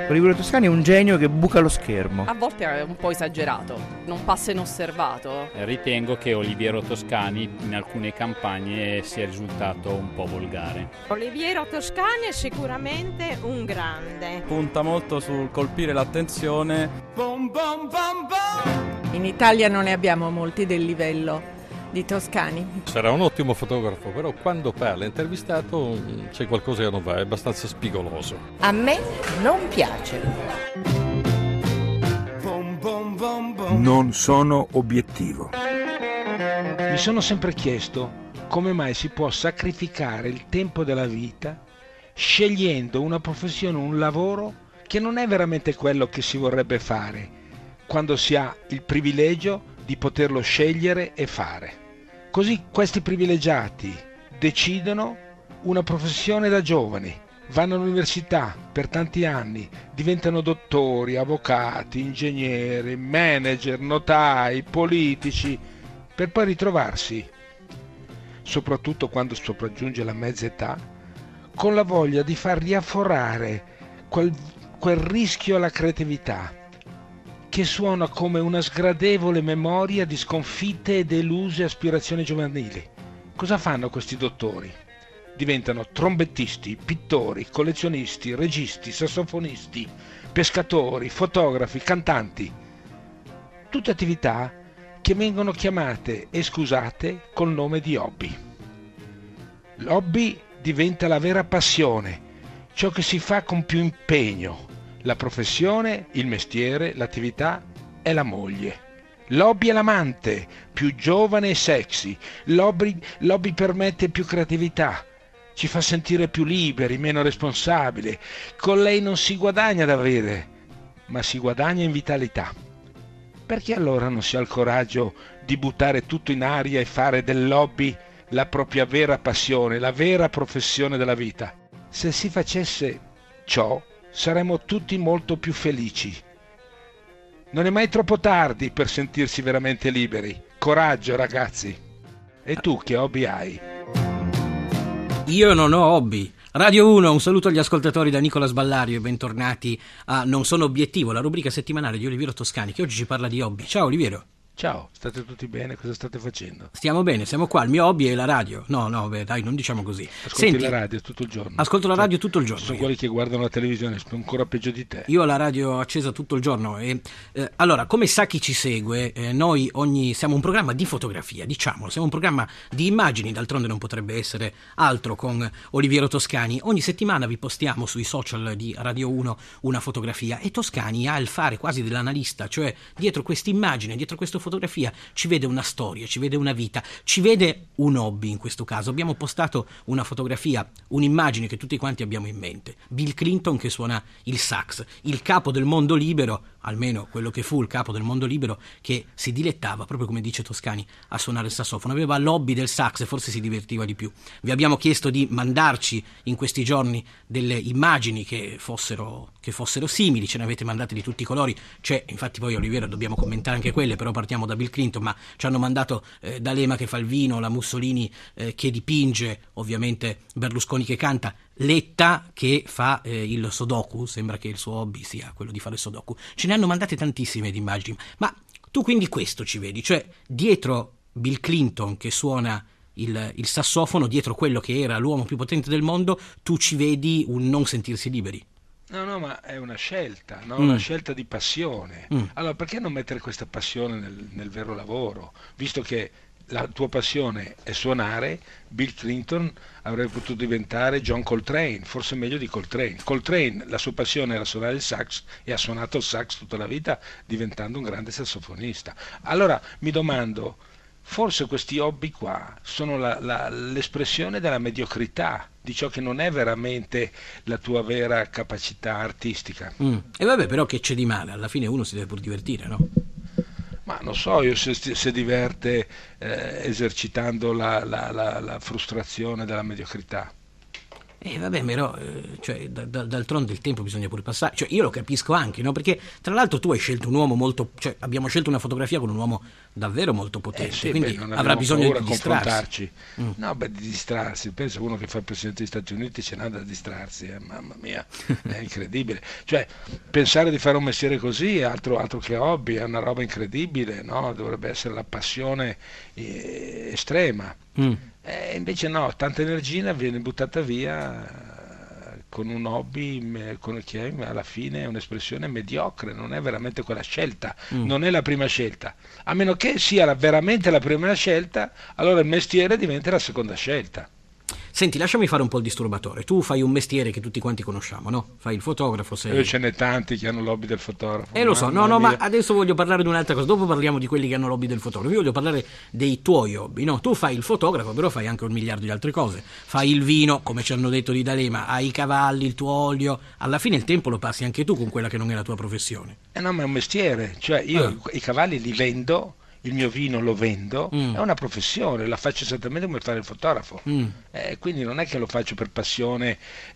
Oliviero Toscani è un genio che buca lo schermo. A volte è un po' esagerato, non passa inosservato. Ritengo che Oliviero Toscani in alcune campagne sia risultato un po' volgare. Oliviero Toscani è sicuramente un grande. Punta molto sul colpire l'attenzione. In Italia non ne abbiamo molti del livello di Toscani. Sarà un ottimo fotografo, però quando parla intervistato c'è qualcosa che non va, è abbastanza spigoloso. A me non piace. Non sono obiettivo. Mi sono sempre chiesto come mai si può sacrificare il tempo della vita scegliendo una professione, un lavoro che non è veramente quello che si vorrebbe fare, quando si ha il privilegio di poterlo scegliere e fare. Così questi privilegiati decidono una professione da giovani, vanno all'università per tanti anni, diventano dottori, avvocati, ingegneri, manager, notai, politici, per poi ritrovarsi, soprattutto quando sopraggiunge la mezza età, con la voglia di far riafforare quel rischio alla creatività, che suona come una sgradevole memoria di sconfitte e deluse aspirazioni giovanili. Cosa fanno questi dottori? Diventano trombettisti, pittori, collezionisti, registi, sassofonisti, pescatori, fotografi, cantanti. Tutte attività che vengono chiamate e scusate col nome di hobby. L'hobby diventa la vera passione, ciò che si fa con più impegno. La professione, il mestiere, l'attività è la moglie. L'hobby è l'amante, più giovane e sexy. L'hobby permette più creatività, ci fa sentire più liberi, meno responsabili. Con lei non si guadagna da avere, ma si guadagna in vitalità. Perché allora non si ha il coraggio di buttare tutto in aria e fare dell'hobby la propria vera passione, la vera professione della vita? Se si facesse ciò, saremmo tutti molto più felici. Non è mai troppo tardi per sentirsi veramente liberi. Coraggio, ragazzi. E tu che hobby hai? Io non ho hobby. Radio 1, un saluto agli ascoltatori da Nicola Sballario e bentornati a Non sono obiettivo, la rubrica settimanale di Oliviero Toscani, che oggi ci parla di hobby. Ciao Oliviero. Ciao, state tutti bene? Cosa state facendo? Stiamo bene, siamo qua, il mio hobby è la radio. No, beh, dai, non diciamo così. Ascolti la radio tutto il giorno? Ascolto la radio tutto il giorno. Sono quelli che guardano la televisione, sono ancora peggio di te. Io ho la radio accesa tutto il giorno. Allora, come sa chi ci segue, noi siamo un programma di fotografia, diciamolo, siamo un programma di immagini, d'altronde non potrebbe essere altro con Oliviero Toscani. Ogni settimana vi postiamo sui social di Radio 1 una fotografia e Toscani ha il fare quasi dell'analista, cioè dietro questa immagine, dietro questa fotografia ci vede una storia, ci vede una vita, ci vede un hobby in questo caso. Abbiamo postato una fotografia, un'immagine che tutti quanti abbiamo in mente. Bill Clinton che suona il sax, il capo del mondo libero, almeno quello che fu il capo del mondo libero, che si dilettava, proprio come dice Toscani, a suonare il sassofono. Aveva l'hobby del sax e forse si divertiva di più. Vi abbiamo chiesto di mandarci in questi giorni delle immagini che fossero simili, ce ne avete mandate di tutti i colori. C'è, infatti poi Oliviero dobbiamo commentare anche quelle, però partiamo da Bill Clinton, ma ci hanno mandato D'Alema che fa il vino, la Mussolini che dipinge, ovviamente Berlusconi che canta, Letta che fa il Sudoku, sembra che il suo hobby sia quello di fare il Sudoku. Ce ne hanno mandate tantissime di immagini, ma tu quindi questo ci vedi, cioè dietro Bill Clinton che suona il sassofono, dietro quello che era l'uomo più potente del mondo, tu ci vedi un non sentirsi liberi. No, ma è una scelta, no? Una scelta di passione. Allora, perché non mettere questa passione nel vero lavoro? Visto che la tua passione è suonare, Bill Clinton avrebbe potuto diventare John Coltrane, forse meglio di Coltrane. Coltrane, la sua passione era suonare il sax e ha suonato il sax tutta la vita diventando un grande sassofonista. Allora, mi domando, forse questi hobby qua sono l'espressione della mediocrità, di ciò che non è veramente la tua vera capacità artistica. E vabbè, però che c'è di male? Alla fine uno si deve pur divertire, no? Ma non so io se diverte esercitando la frustrazione della mediocrità. Vabbè, però, d'altronde il tempo bisogna pure passare. Cioè, io lo capisco anche, no? Perché, tra l'altro, tu hai scelto un uomo molto... Cioè, abbiamo scelto una fotografia con un uomo davvero molto potente, quindi avrà bisogno di distrarsi. No, di distrarsi. Penso uno che fa il Presidente degli Stati Uniti ce n'ha da distrarsi, mamma mia, è incredibile. Cioè, pensare di fare un mestiere così è altro che hobby, è una roba incredibile, no? Dovrebbe essere la passione estrema. Invece no, tanta energia viene buttata via con un hobby che alla fine è un'espressione mediocre, non è veramente quella scelta, non è la prima scelta, a meno che sia veramente la prima scelta, allora il mestiere diventa la seconda scelta. Senti, lasciami fare un po' il disturbatore. Tu fai un mestiere che tutti quanti conosciamo, no? Fai il fotografo, sei... Ce n'è tanti che hanno l'hobby del fotografo. Lo so, no, ma adesso voglio parlare di un'altra cosa. Dopo parliamo di quelli che hanno l'hobby del fotografo. Io voglio parlare dei tuoi hobby, no? Tu fai il fotografo, però fai anche un miliardo di altre cose. Fai il vino, come ci hanno detto di D'Alema, hai i cavalli, il tuo olio. Alla fine il tempo lo passi anche tu con quella che non è la tua professione. No, ma è un mestiere. Cioè, io i cavalli li vendo, il mio vino lo vendo, è una professione, la faccio esattamente come fare il fotografo, quindi non è che lo faccio per passione,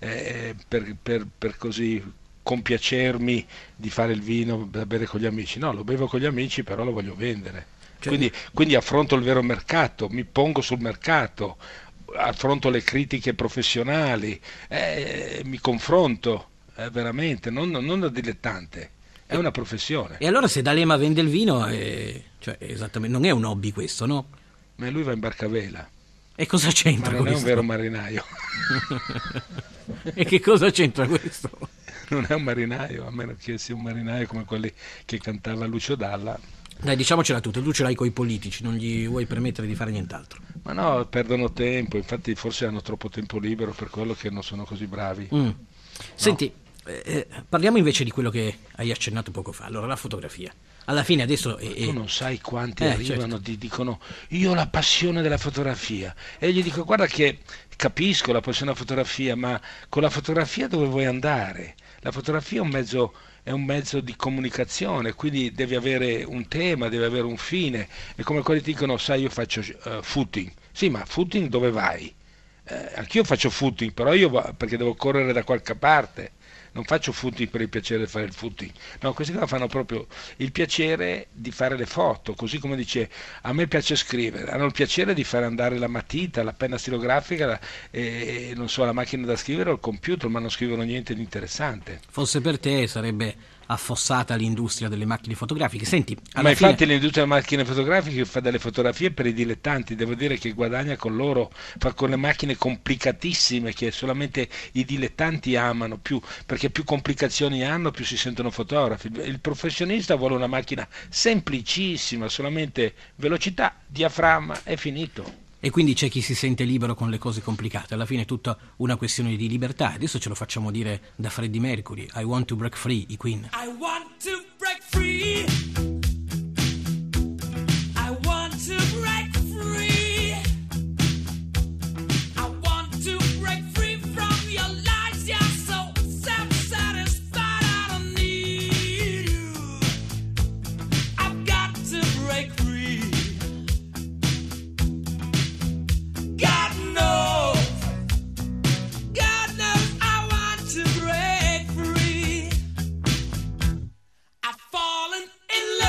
per così compiacermi di fare il vino da bere con gli amici, no, lo bevo con gli amici, però lo voglio vendere, quindi affronto il vero mercato, mi pongo sul mercato, affronto le critiche professionali, mi confronto veramente, non da dilettante. È una professione. E allora se D'Alema vende il vino, esattamente, non è un hobby questo, no? Ma lui va in barcavela. E cosa c'entra Ma non questo? è un vero marinaio. E che cosa c'entra questo? Non è un marinaio, a meno che sia un marinaio come quelli che cantava Lucio Dalla. Dai, diciamocela tutta, tu ce l'hai coi politici, non gli vuoi permettere di fare nient'altro. Ma no, perdono tempo, infatti forse hanno troppo tempo libero per quello che non sono così bravi. Senti, parliamo invece di quello che hai accennato poco fa, allora la fotografia. Alla fine adesso... Tu non sai quanti arrivano, ti dicono io ho la passione della fotografia, e gli dico guarda che capisco la passione della fotografia, ma con la fotografia dove vuoi andare? La fotografia è un mezzo di comunicazione, quindi devi avere un tema, devi avere un fine. È come quelli che dicono sai io faccio footing, sì ma footing dove vai? Anch'io faccio footing, però io perché devo correre da qualche parte. Non faccio footing per il piacere di fare il footing, no, questi qua fanno proprio il piacere di fare le foto, così come dice a me piace scrivere, hanno il piacere di fare andare la matita, la penna stilografica non so, la macchina da scrivere o il computer, ma non scrivono niente di interessante. Forse per te sarebbe affossata l'industria delle macchine fotografiche. Senti, ma infatti l'industria delle macchine fotografiche fa delle fotografie per i dilettanti, devo dire che guadagna con loro, fa con le macchine complicatissime che solamente i dilettanti amano più, perché più complicazioni hanno più si sentono fotografi. Il professionista vuole una macchina semplicissima, solamente velocità, diaframma, è finito. E quindi c'è chi si sente libero con le cose complicate. Alla fine è tutta una questione di libertà. Adesso ce lo facciamo dire da Freddie Mercury. I want to break free, i Queen. I want to break free. I want to break free. I want to break free from your lies. You're so self-satisfied. I don't need you. I've got to break free. God knows I want to break free. I've fallen in love.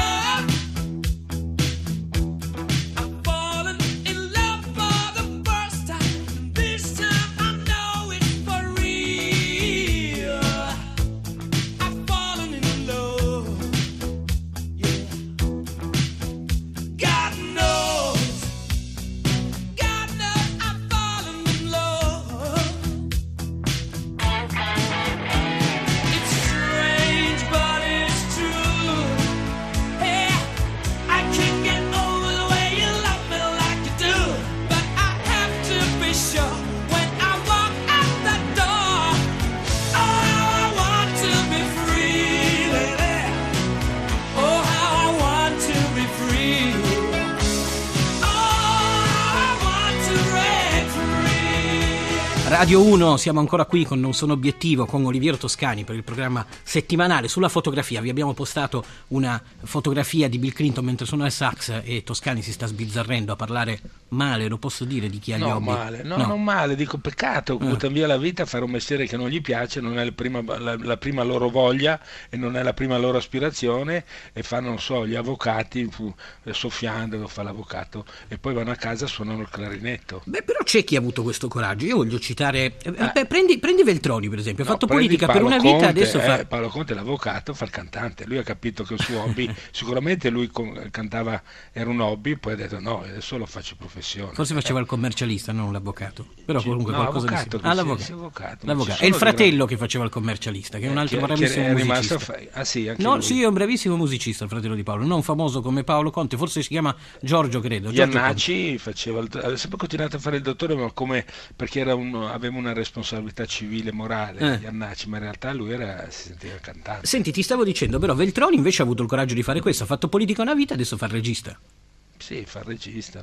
Radio 1, siamo ancora qui con Non sono obiettivo con Oliviero Toscani per il programma settimanale sulla fotografia. Vi abbiamo postato una fotografia di Bill Clinton mentre suona il sax e Toscani si sta sbizzarrendo a parlare male, lo posso dire, di chi ha gli hobby? Non male, dico peccato, buttano via la vita a fare un mestiere che non gli piace, non è la prima loro voglia e non è la prima loro aspirazione, e fanno, non so, gli avvocati soffiando, fa l'avvocato e poi vanno a casa e suonano il clarinetto. Beh, però c'è chi ha avuto questo coraggio. Io voglio citare prendi Veltroni per esempio, ha fatto politica per una vita, adesso fa... Paolo Conte è l'avvocato, fa il cantante, lui ha capito che il suo hobby sicuramente lui cantava, era un hobby, poi ha detto no, adesso lo faccio professione. Forse faceva il commercialista, non l'avvocato, però comunque qualcosa avvocato, di l'avvocato. È il fratello che faceva il commercialista, che è un altro bravissimo musicista. Sì, è un bravissimo musicista il fratello di Paolo, non famoso come Paolo Conte, forse si chiama Giorgio, credo. Iannacci ha sempre continuato a fare il dottore, ma come perché aveva una responsabilità civile e morale, Iannacci, ma in realtà lui si sentiva cantante. Senti, ti stavo dicendo, però Veltroni invece ha avuto il coraggio di fare questo, ha fatto politica una vita, adesso fa il regista. Sì, fa il regista,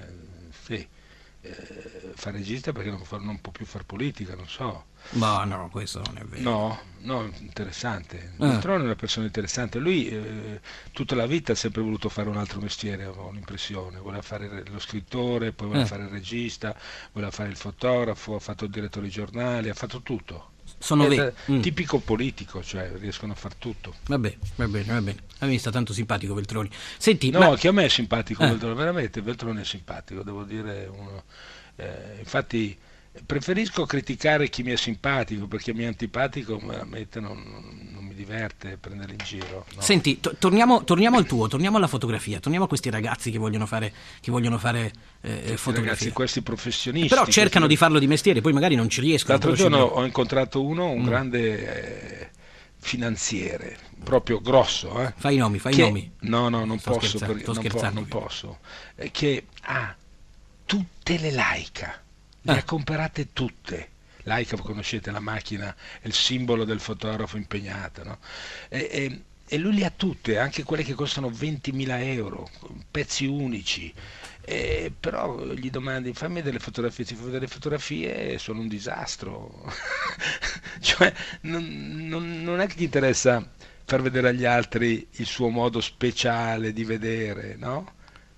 fa regista perché non può più fare politica, non so. Ma no, questo non è vero. No, interessante. Veltroni è una persona interessante. Lui tutta la vita ha sempre voluto fare un altro mestiere, ho l'impressione. Voleva fare lo scrittore, poi voleva fare il regista, voleva fare il fotografo, ha fatto il direttore di giornali, ha fatto tutto. Tipico politico, cioè riescono a far tutto. Va bene. A me sta tanto simpatico Veltroni. Senti, che a me è simpatico Veltroni, veramente Veltroni è simpatico, devo dire. Infatti preferisco criticare chi mi è simpatico, perché mi è antipatico veramente non mi diverte prendere in giro, no? Senti, torniamo al tuo, torniamo alla fotografia, torniamo a questi ragazzi che vogliono fare fotografia, ragazzi, questi professionisti, però cercano di farlo di mestiere, poi magari non ci riescono. L'altro giorno ho incontrato un grande finanziere, proprio grosso, Fai i nomi. No, non posso, non posso, che ha tutte le Leica, le ha comprate tutte. Leica, conoscete la macchina, è il simbolo del fotografo impegnato, no? E lui le ha tutte, anche quelle che costano 20.000 euro, pezzi unici. Però gli domandi, fammi delle fotografie, sono un disastro. Cioè non è che gli interessa far vedere agli altri il suo modo speciale di vedere, no?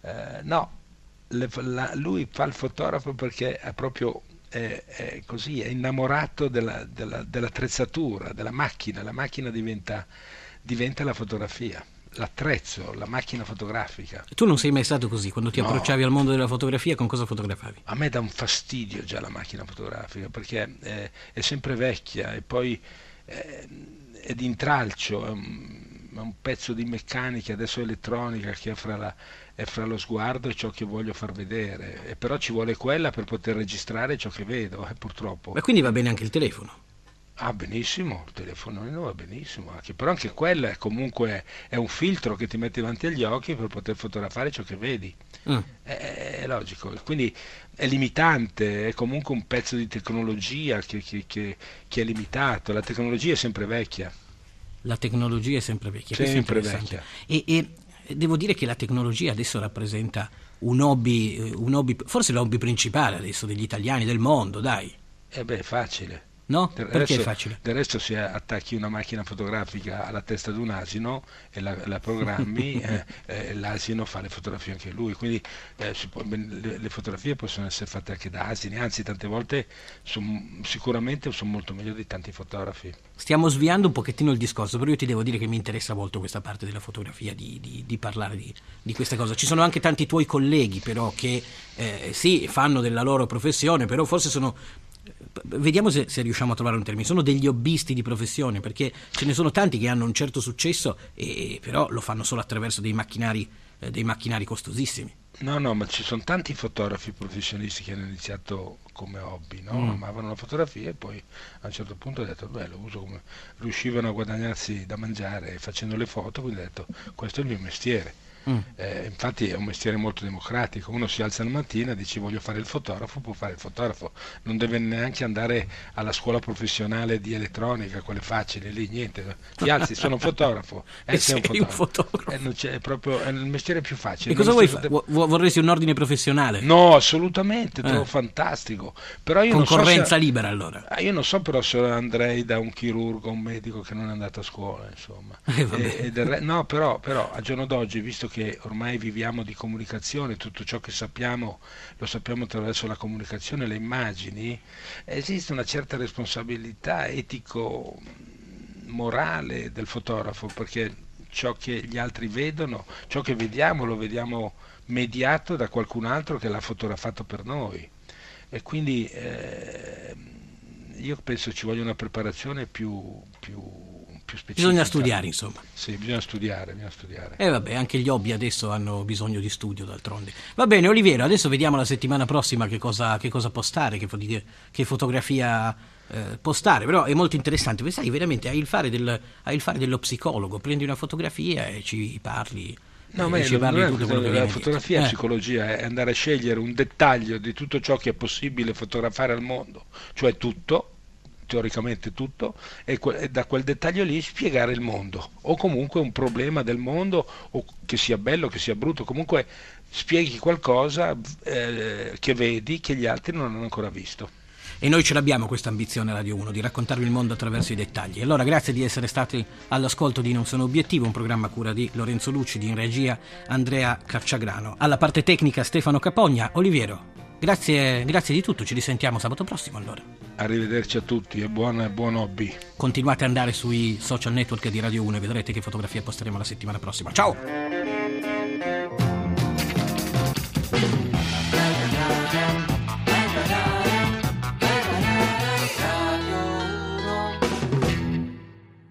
Lui fa il fotografo perché è proprio così, è innamorato dell'attrezzatura, della macchina. La macchina diventa la fotografia, l'attrezzo, la macchina fotografica. Tu non sei mai stato così? Quando ti approcciavi al mondo della fotografia, con cosa fotografavi? A me dà un fastidio già la macchina fotografica, perché è sempre vecchia e poi è di intralcio, è un pezzo di meccanica, adesso elettronica, che è fra lo sguardo e ciò che voglio far vedere, e però ci vuole quella per poter registrare ciò che vedo, purtroppo. Ma quindi va bene anche il telefono? Benissimo, il telefono va benissimo, però anche quella è un filtro che ti metti davanti agli occhi per poter fotografare ciò che vedi. È logico, quindi è limitante, è comunque un pezzo di tecnologia che è limitato. La tecnologia è sempre vecchia. Sempre vecchia. E devo dire che la tecnologia adesso rappresenta un hobby, forse l'hobby principale adesso degli italiani, del mondo, dai. È facile. No? Perché è facile? Del resto, se attacchi una macchina fotografica alla testa di un asino e la programmi, l'asino fa le fotografie anche lui, quindi le fotografie possono essere fatte anche da asini, anzi tante volte sicuramente sono molto meglio di tanti fotografi. Stiamo sviando un pochettino il discorso, però io ti devo dire che mi interessa molto questa parte della fotografia, di parlare di questa cosa. Ci sono anche tanti tuoi colleghi però che sì, fanno della loro professione, però forse sono... Vediamo se riusciamo a trovare un termine. Sono degli hobbisti di professione, perché ce ne sono tanti che hanno un certo successo e però lo fanno solo attraverso dei macchinari costosissimi. No, ma ci sono tanti fotografi professionisti che hanno iniziato come hobby, no? Amavano la fotografia e poi a un certo punto hanno detto lo uso riuscivano a guadagnarsi da mangiare facendo le foto, quindi ho detto questo è il mio mestiere. Infatti è un mestiere molto democratico, uno si alza la mattina, dice voglio fare il fotografo, può fare il fotografo, non deve neanche andare alla scuola professionale di elettronica, quelle facili lì, niente, ti alzi, sono un fotografo, sei un fotografo. È proprio è il mestiere più facile. E cosa vuoi fare? Vorresti un ordine professionale? No, assolutamente, trovo fantastico, però io concorrenza non so libera allora. Io non so però se andrei da un chirurgo, un medico che non è andato a scuola, insomma. No, però a giorno d'oggi, visto che ormai viviamo di comunicazione, tutto ciò che sappiamo lo sappiamo attraverso la comunicazione, le immagini, esiste una certa responsabilità etico-morale del fotografo, perché ciò che gli altri vedono, ciò che vediamo, lo vediamo mediato da qualcun altro che l'ha fotografato per noi. E quindi io penso ci voglia una preparazione più specifica. Bisogna studiare, insomma. Sì, bisogna studiare. E vabbè, anche gli hobby adesso hanno bisogno di studio, d'altronde. Va bene, Oliviero, adesso vediamo la settimana prossima che cosa postare, che fotografia postare, però è molto interessante, perché sai, veramente hai il fare dello psicologo, prendi una fotografia e ci parli. No, ma la fotografia è psicologia, è andare a scegliere un dettaglio di tutto ciò che è possibile fotografare al mondo, cioè tutto, teoricamente tutto, e da quel dettaglio lì spiegare il mondo, o comunque un problema del mondo, o che sia bello, che sia brutto, comunque spieghi qualcosa che vedi che gli altri non hanno ancora visto. E noi ce l'abbiamo questa ambizione a Radio 1 di raccontarvi il mondo attraverso i dettagli. Allora grazie di essere stati all'ascolto di Non Sono Obiettivo, un programma a cura di Lorenzo Lucidi, in regia Andrea Carciagrano, alla parte tecnica Stefano Capogna. Oliviero, grazie di tutto, ci risentiamo sabato prossimo allora. Arrivederci a tutti e buon hobby. Continuate ad andare sui social network di Radio 1 e vedrete che fotografia posteremo la settimana prossima. Ciao!